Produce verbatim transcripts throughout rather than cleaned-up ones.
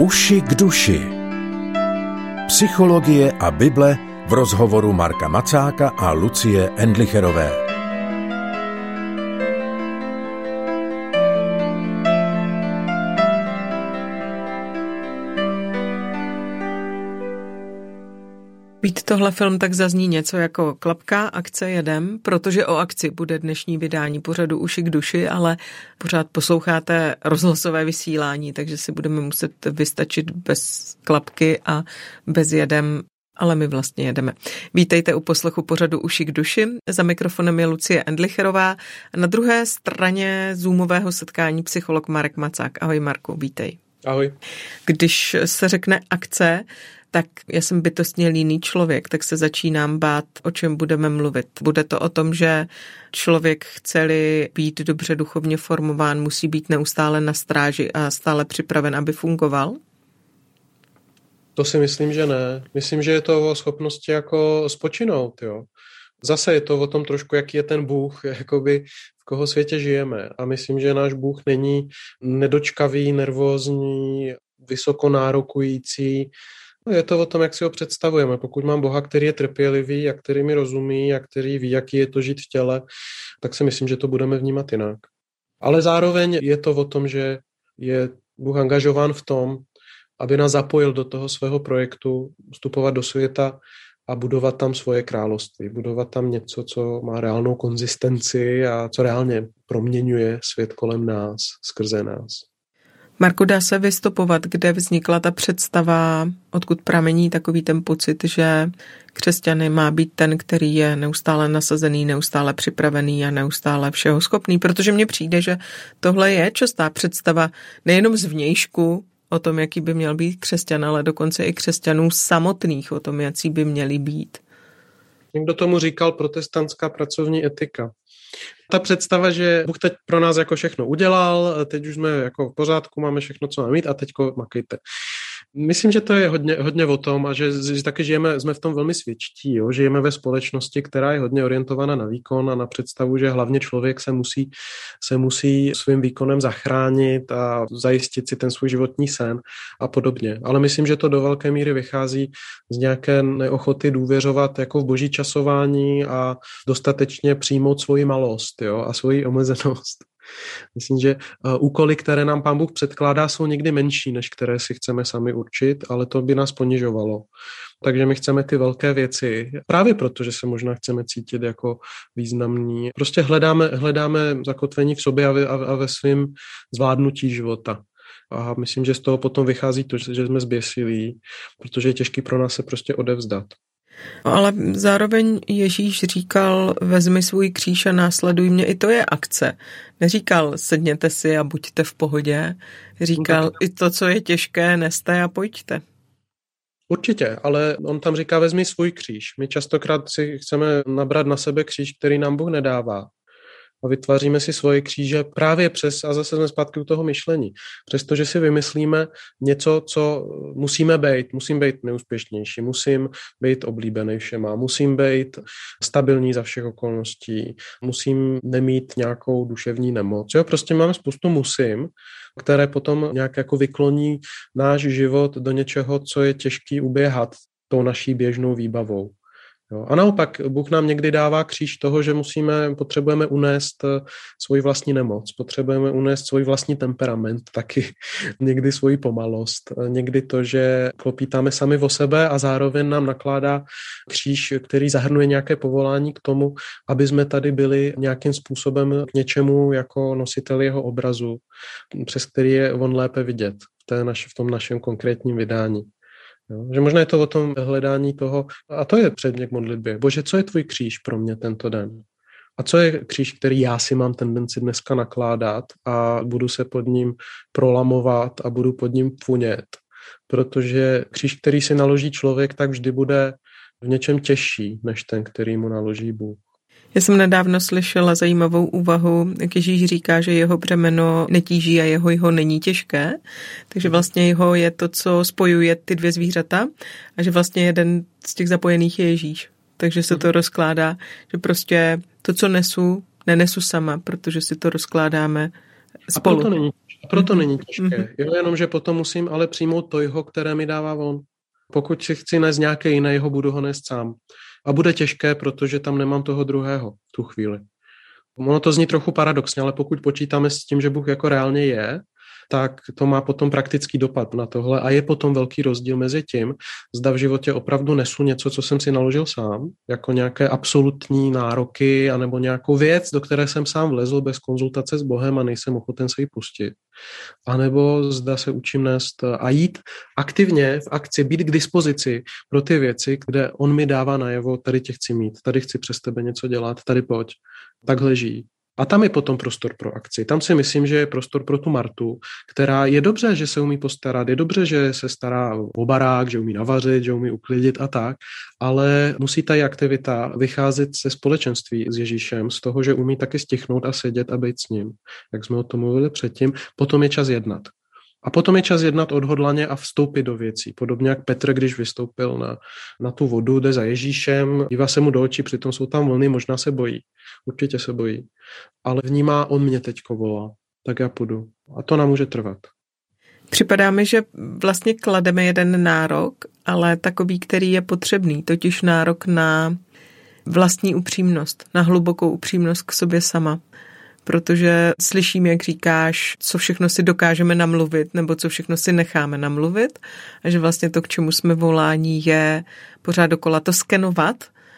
Uši k duši. Psychologie a Bible v rozhovoru Marka Macáka a Lucie Endlicherové. Být tohle film, tak zazní něco jako klapka, akce, jedem, protože o akci bude dnešní vydání pořadu Uši k duši, ale pořád posloucháte rozhlasové vysílání, takže si budeme muset vystačit bez klapky a bez jedem, ale my vlastně jedeme. Vítejte u poslechu pořadu Uši k duši. Za mikrofonem je Lucie Endlicherová a na druhé straně zoomového setkání psycholog Marek Macák. Ahoj Marku, vítej. Ahoj. Když se řekne akce, tak já jsem bytostně líný člověk, tak se začínám bát, o čem budeme mluvit. Bude to o tom, že člověk, chce-li být dobře duchovně formován, musí být neustále na stráži a stále připraven, aby fungoval? To si myslím, že ne. Myslím, že je to o schopnosti jako spočinout, jo. Zase je to o tom trošku, jaký je ten Bůh, jakoby v koho světě žijeme. A myslím, že náš Bůh není nedočkavý, nervózní, vysoko nárokující. Je to o tom, jak si ho představujeme. Pokud mám Boha, který je trpělivý a který mi rozumí a který ví, jaký je to žít v těle, tak si myslím, že to budeme vnímat jinak. Ale zároveň je to o tom, že je Bůh angažován v tom, aby nás zapojil do toho svého projektu, vstupovat do světa a budovat tam svoje království, budovat tam něco, co má reálnou konzistenci a co reálně proměňuje svět kolem nás, skrze nás. Marku, dá se vystopovat, kde vznikla ta představa, odkud pramení takový ten pocit, že křesťan má být ten, který je neustále nasazený, neustále připravený a neustále všeho schopný, protože mně přijde, že tohle je častá představa nejenom z vnějšku o tom, jaký by měl být křesťan, ale dokonce i křesťanů samotných o tom, jaký by měli být. Někdo tomu říkal protestantská pracovní etika. Ta představa, že Bůh teď pro nás jako všechno udělal, teď už jsme jako v pořádku, máme všechno, co máme mít a teďko makejte. Myslím, že to je hodně, hodně o tom a že, že taky žijeme, jsme v tom velmi svědčtí, jo? Žijeme ve společnosti, která je hodně orientovaná na výkon a na představu, že hlavně člověk se musí, se musí svým výkonem zachránit a zajistit si ten svůj životní sen a podobně. Ale myslím, že to do velké míry vychází z nějaké neochoty důvěřovat jako v boží časování a dostatečně přijmout svoji malost, jo? A svoji omezenost. Myslím, že úkoly, které nám Pán Bůh předkládá, jsou někdy menší, než které si chceme sami určit, ale to by nás ponižovalo. Takže my chceme ty velké věci, právě proto, že se možná chceme cítit jako významní. Prostě hledáme, hledáme zakotvení v sobě a ve, a ve svém zvládnutí života. A myslím, že z toho potom vychází to, že jsme zběsilí, protože je těžký pro nás se prostě odevzdat. Ale zároveň Ježíš říkal, vezmi svůj kříž a následuj mě, i to je akce. Neříkal, sedněte si a buďte v pohodě. Říkal, no i to, co je těžké, neste a pojďte. Určitě, ale on tam říká, vezmi svůj kříž. My častokrát si chceme nabrat na sebe kříž, který nám Bůh nedává. A vytváříme si svoje kříže právě přes, a zase jsme zpátky u toho myšlení, přestože si vymyslíme něco, co musíme být, musím být neúspěšnější, musím být oblíbený všema, musím být stabilní za všech okolností, musím nemít nějakou duševní nemoc. Jo, prostě máme spoustu musím, které potom nějak jako vykloní náš život do něčeho, co je těžký uběhat tou naší běžnou výbavou. Jo. A naopak Bůh nám někdy dává kříž toho, že musíme, potřebujeme unést svoji vlastní nemoc, potřebujeme unést svůj vlastní temperament, taky někdy svoji pomalost, někdy to, že klopítáme sami o sebe a zároveň nám nakládá kříž, který zahrnuje nějaké povolání k tomu, aby jsme tady byli nějakým způsobem k něčemu jako nositeli jeho obrazu, přes který je on lépe vidět v, té naš, v tom našem konkrétním vydání. Jo, že možná je to o tom hledání toho, a to je předmět k modlitbě. Bože, co je tvůj kříž pro mě tento den? A co je kříž, který já si mám tendenci dneska nakládat a budu se pod ním prolamovat a budu pod ním pfunět? Protože kříž, který si naloží člověk, tak vždy bude v něčem těžší, než ten, který mu naloží Bůh. Já jsem nedávno slyšela zajímavou úvahu, jak Ježíš říká, že jeho břemeno netíží a jeho jeho není těžké, takže vlastně jeho je to, co spojuje ty dvě zvířata a že vlastně jeden z těch zapojených je Ježíš. Takže se to rozkládá, že prostě to, co nesu, nenesu sama, protože si to rozkládáme spolu. A proto není A proto mm-hmm. není těžké. Jo, jenom, že potom musím ale přijmout to jeho, které mi dává on. Pokud si chci nést nějaké jiné, jeho budu ho nést sám. A bude těžké, protože tam nemám toho druhého v tu chvíli. Ono to zní trochu paradoxně, ale pokud počítáme s tím, že Bůh jako reálně je, tak to má potom praktický dopad na tohle a je potom velký rozdíl mezi tím, zda v životě opravdu nesu něco, co jsem si naložil sám, jako nějaké absolutní nároky anebo nějakou věc, do které jsem sám vlezl bez konzultace s Bohem a nejsem ochoten se jí pustit. A nebo zda se učím nést a jít aktivně v akci, být k dispozici pro ty věci, kde on mi dává najevo, tady tě chci mít, tady chci přes tebe něco dělat, tady pojď, takhle žij. A tam je potom prostor pro akci. Tam si myslím, že je prostor pro tu Martu, která je dobře, že se umí postarat, je dobře, že se stará o barák, že umí navařit, že umí uklidit a tak, ale musí ta aktivita vycházet ze společenství s Ježíšem, z toho, že umí taky stichnout a sedět a být s ním. Jak jsme o tom mluvili předtím, potom je čas jednat. A potom je čas jednat odhodlaně a vstoupit do věcí. Podobně jak Petr, když vystoupil na, na tu vodu, jde za Ježíšem, dívá se mu do očí, přitom jsou tam vlny, možná se bojí. Určitě se bojí. Ale vnímá, on mě teďko volá, tak já půjdu. A to nám může trvat. Připadá mi, že vlastně klademe jeden nárok, ale takový, který je potřebný, totiž nárok na vlastní upřímnost, na hlubokou upřímnost k sobě sama. Protože slyším, jak říkáš, co všechno si dokážeme namluvit, nebo co všechno si necháme namluvit a že vlastně to, k čemu jsme voláni, je pořád dokola to skenovat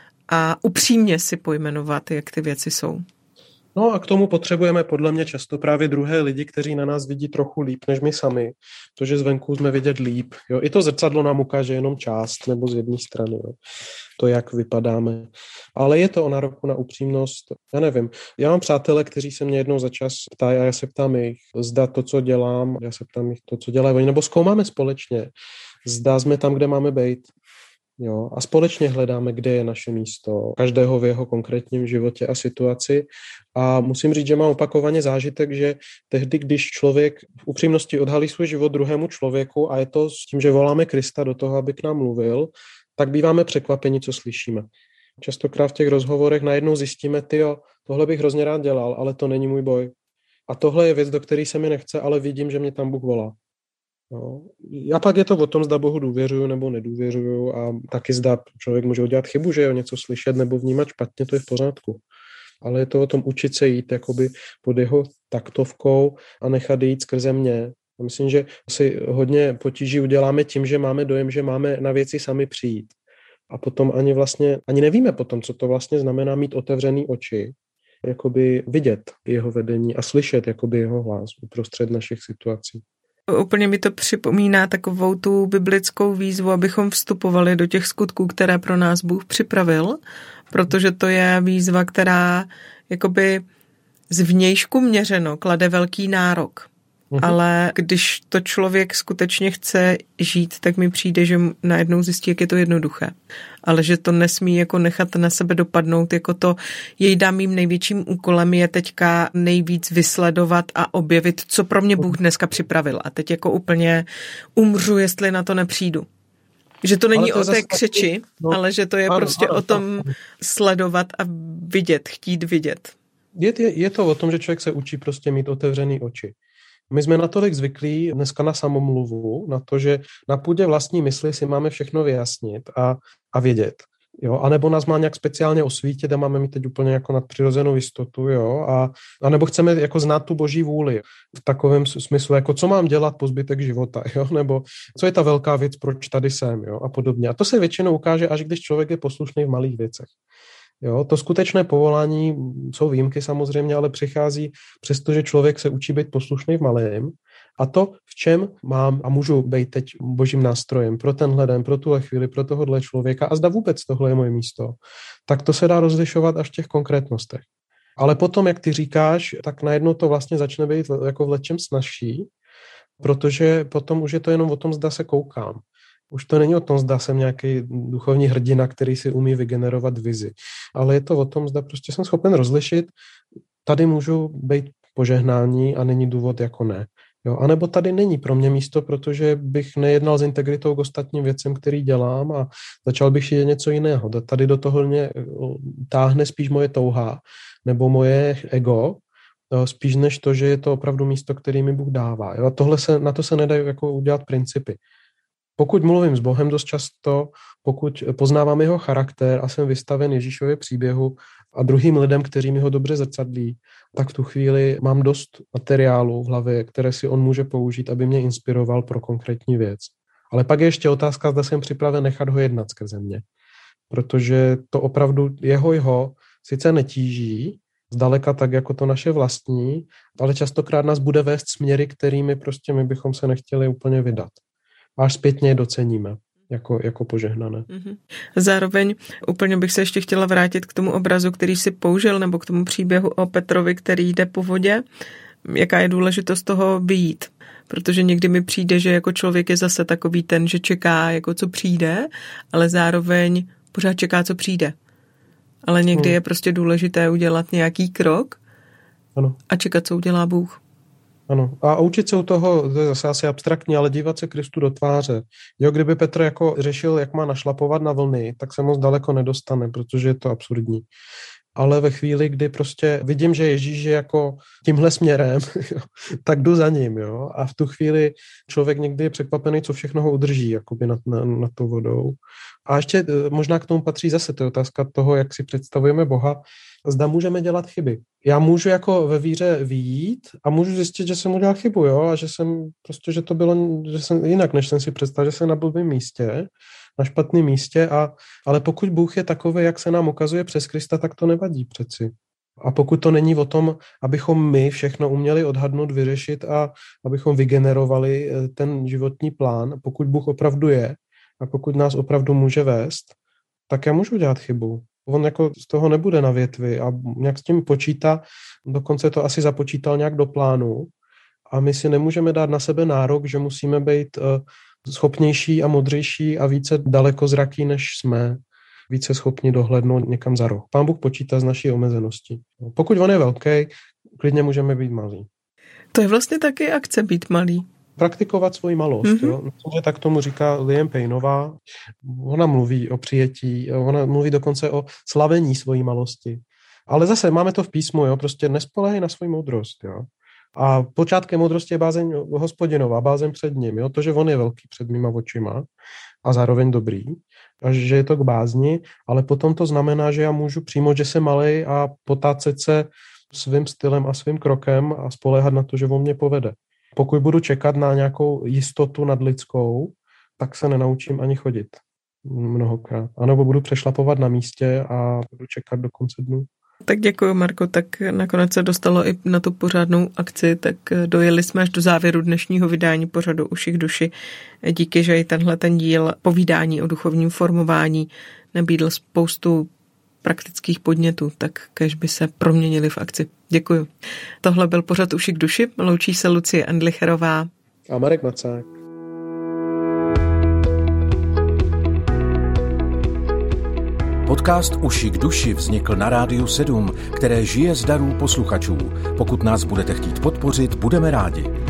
a upřímně si pojmenovat, jak ty věci jsou. No a k tomu potřebujeme podle mě často právě druhé lidi, kteří na nás vidí trochu líp než my sami. To, že zvenku jsme vidět líp. Jo. I to zrcadlo nám ukáže jenom část nebo z jedné strany. Jo. To, jak vypadáme. Ale je to o nároku na upřímnost. Já nevím. Já mám přátele, kteří se mě jednou za čas ptají a já se ptám jich, zda to, co dělám, já se ptám jich to, co dělají oni, nebo zkoumáme společně. Zda jsme tam, kde máme být. Jo, a společně hledáme, kde je naše místo, každého v jeho konkrétním životě a situaci. A musím říct, že mám opakovaně zážitek, že tehdy, když člověk v upřímnosti odhalí svůj život druhému člověku a je to s tím, že voláme Krista do toho, aby k nám mluvil, tak býváme překvapeni, co slyšíme. Častokrát v těch rozhovorech najednou zjistíme, tyjo, tohle bych hrozně rád dělal, ale to není můj boj. A tohle je věc, do které se mi nechce, ale vidím, že mě tam Bůh volá. No. A pak je to o tom, zda Bohu důvěřuju nebo nedůvěřuju a taky zda člověk může udělat chybu, že jo, něco slyšet nebo vnímat špatně, to je v pořádku. Ale je to o tom učit se jít jakoby pod jeho taktovkou a nechat jít skrze mě. A myslím, že si hodně potíží uděláme tím, že máme dojem, že máme na věci sami přijít. A potom ani vlastně, ani nevíme potom, co to vlastně znamená mít otevřený oči, jakoby vidět jeho vedení a slyšet jakoby jeho hlas uprostřed našich situací. Úplně mi to připomíná takovou tu biblickou výzvu, abychom vstupovali do těch skutků, které pro nás Bůh připravil, protože to je výzva, která jakoby zvnějšku měřeno klade velký nárok. Uhum. Ale když to člověk skutečně chce žít, tak mi přijde, že najednou zjistí, jak je to jednoduché. Ale že to nesmí jako nechat na sebe dopadnout, jako to jejda mým největším úkolem je teďka nejvíc vysledovat a objevit, co pro mě Bůh dneska připravil. A teď jako úplně umřu, jestli na to nepřijdu. Že to není to o té křeči, no, ale že to je ano, prostě ano, o tom ano. Sledovat a vidět, chtít vidět. Je, je, je to o tom, že člověk se učí prostě mít otevřený oči. My jsme natolik zvyklí dneska na samomluvu, na to, že na půdě vlastní mysli si máme všechno vyjasnit a, a vědět. Jo? A nebo nás má nějak speciálně osvítit a máme mít teď úplně jako nadpřirozenou jistotu. Jo? A, a nebo chceme jako znát tu boží vůli v takovém smyslu, jako co mám dělat po zbytek života, jo? Nebo co je ta velká věc, proč tady jsem, jo? A podobně. A to se většinou ukáže, až když člověk je poslušný v malých věcech. Jo, to skutečné povolání jsou výjimky samozřejmě, ale přichází přesto, že člověk se učí být poslušný v malém a to, v čem mám a můžu být teď božím nástrojem pro tenhle den, pro tuhle chvíli, pro tohohle člověka a zda vůbec tohle je moje místo, tak to se dá rozlišovat až v těch konkrétnostech. Ale potom, jak ty říkáš, tak najednou to vlastně začne být jako v lečem snazší, protože potom už je to jenom o tom, zda se koukám. Už to není o tom, zda jsem nějaký duchovní hrdina, který si umí vygenerovat vizi. Ale je to o tom, zda prostě jsem schopen rozlišit, tady můžu být požehnání a není důvod jako ne. Jo? A nebo tady není pro mě místo, protože bych nejednal s integritou k ostatním věcem, který dělám a začal bych šít něco jiného. Tady do toho mě táhne spíš moje touha nebo moje ego, spíš než to, že je to opravdu místo, který mi Bůh dává. Jo? A tohle se, na to se nedají jako udělat principy. Pokud mluvím s Bohem dost často, pokud poznávám jeho charakter a jsem vystaven Ježíšově příběhu a druhým lidem, kteří mi ho dobře zrcadlí, tak v tu chvíli mám dost materiálu v hlavě, které si on může použít, aby mě inspiroval pro konkrétní věc. Ale pak je ještě otázka, zda jsem připraven nechat ho jednat skrze mě. Protože to opravdu jeho jeho sice netíží, zdaleka tak jako to naše vlastní, ale častokrát nás bude vést směry, kterými prostě my bychom se nechtěli úplně vydat. Až zpětně je doceníme jako, jako požehnané. Mm-hmm. Zároveň úplně bych se ještě chtěla vrátit k tomu obrazu, který si použil, nebo k tomu příběhu o Petrovi, který jde po vodě. Jaká je důležitost toho vyjít? Protože někdy mi přijde, že jako člověk je zase takový ten, že čeká, jako co přijde, ale zároveň pořád čeká, co přijde. Ale někdy hmm. je prostě důležité udělat nějaký krok ano. a čekat, co udělá Bůh. Ano. A učit se u toho, to je zase asi abstraktní, ale dívat se Kristu do tváře. Jo, kdyby Petr jako řešil, jak má našlapovat na vlny, tak se moc daleko nedostane, protože je to absurdní. Ale ve chvíli, kdy prostě vidím, že Ježíš je jako tímhle směrem, tak jdu za ním, jo. A v tu chvíli člověk někdy je překvapený, co všechno ho udrží, jakoby nad, nad, nad tou vodou. A ještě možná k tomu patří zase to je otázka toho, jak si představujeme Boha, zda můžeme dělat chyby. Já můžu jako ve víře vyjít a můžu zjistit, že jsem udělal chybu, jo, a že jsem prostě, že to bylo, že jsem jinak, než jsem si představil, že jsem na blbém místě, na špatném místě, a, ale pokud Bůh je takový, jak se nám ukazuje přes Krista, tak to nevadí přeci. A pokud to není o tom, abychom my všechno uměli odhadnout, vyřešit a abychom vygenerovali ten životní plán, pokud Bůh opravdu je a pokud nás opravdu může vést, tak já můžu dělat chybu. On jako z toho nebude na větvi a nějak s tím počítá, dokonce to asi započítal nějak do plánu a my si nemůžeme dát na sebe nárok, že musíme být schopnější a modřejší a více dalekozraký, než jsme, více schopni dohlédnout někam za roh. Pán Bůh počítá z naší omezenosti. Pokud on je velký, klidně můžeme být malí. To je vlastně taky akce být malý. Praktikovat svoji malost. Mm-hmm. Jo? Myslím, že tak tomu říká Liam Payneová. Ona mluví o přijetí, ona mluví dokonce o slavení svojí malosti. Ale zase máme to v písmu, jo? Prostě nespoléhej na svoji moudrost. Jo? A počátkem moudrosti je bázeň Hospodinová, bázeň před ním. Jo? To, že on je velký před mýma očima a zároveň dobrý, a že je to k bázni, ale potom to znamená, že já můžu přijmout, že jsem malej a potácet se svým stylem a svým krokem a spoléhat na to, že on mě povede. Pokud budu čekat na nějakou jistotu nadlidskou, tak se nenaučím ani chodit mnohokrát. A nebo budu přešlapovat na místě a budu čekat do konce dnu. Tak děkuji, Marko, tak nakonec se dostalo i na tu pořádnou akci, tak dojeli jsme až do závěru dnešního vydání pořadu Uši k duši. Díky, že i tenhle ten díl povídání o duchovním formování nabídl spoustu praktických podnětů, tak kéž by se proměnili v akci. Děkuji. Tohle byl pořad Uši k duši, loučí se Lucie Endlicherová a Marek Macák. Podcast Uši k duši vznikl na Rádiu sedm, které žije z darů posluchačů. Pokud nás budete chtít podpořit, budeme rádi.